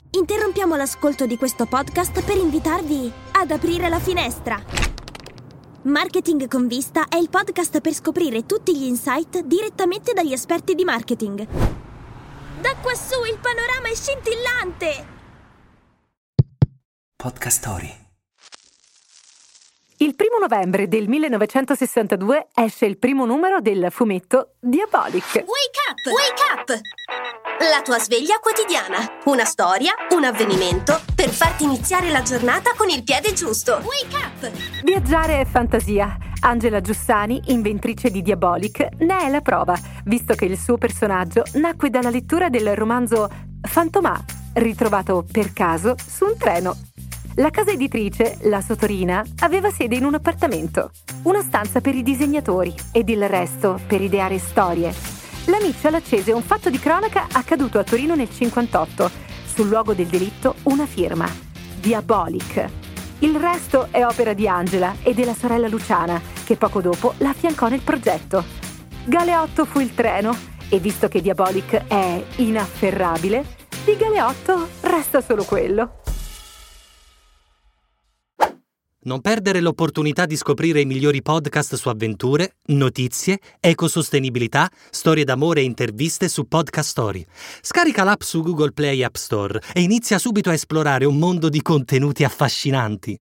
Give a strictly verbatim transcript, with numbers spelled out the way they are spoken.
Interrompiamo l'ascolto di questo podcast per invitarvi ad aprire la finestra. Marketing con Vista è il podcast per scoprire tutti gli insight direttamente dagli esperti di marketing. Da quassù il panorama è scintillante! Podcast Story. Il primo novembre del millenovecentosessantadue esce il primo numero del fumetto Diabolic. Wake up! Wake up! La tua sveglia quotidiana. Una storia, un avvenimento per farti iniziare la giornata con il piede giusto. Wake up! Viaggiare è fantasia. Angela Giussani, inventrice di Diabolic, ne è la prova, visto che il suo personaggio nacque dalla lettura del romanzo Fantomà, ritrovato per caso su un treno. La casa editrice, la Sotorina, aveva sede in un appartamento, una stanza per i disegnatori ed il resto per ideare storie. La Mitchell accese un fatto di cronaca accaduto a Torino nel cinquantotto. Sul luogo del delitto una firma, Diabolic. Il resto è opera di Angela e della sorella Luciana, che poco dopo la affiancò nel progetto. Galeotto fu il treno e visto che Diabolic è inafferrabile, di Galeotto resta solo quello. Non perdere l'opportunità di scoprire i migliori podcast su avventure, notizie, ecosostenibilità, storie d'amore e interviste su Podcast Story. Scarica l'app su Google Play App Store e inizia subito a esplorare un mondo di contenuti affascinanti.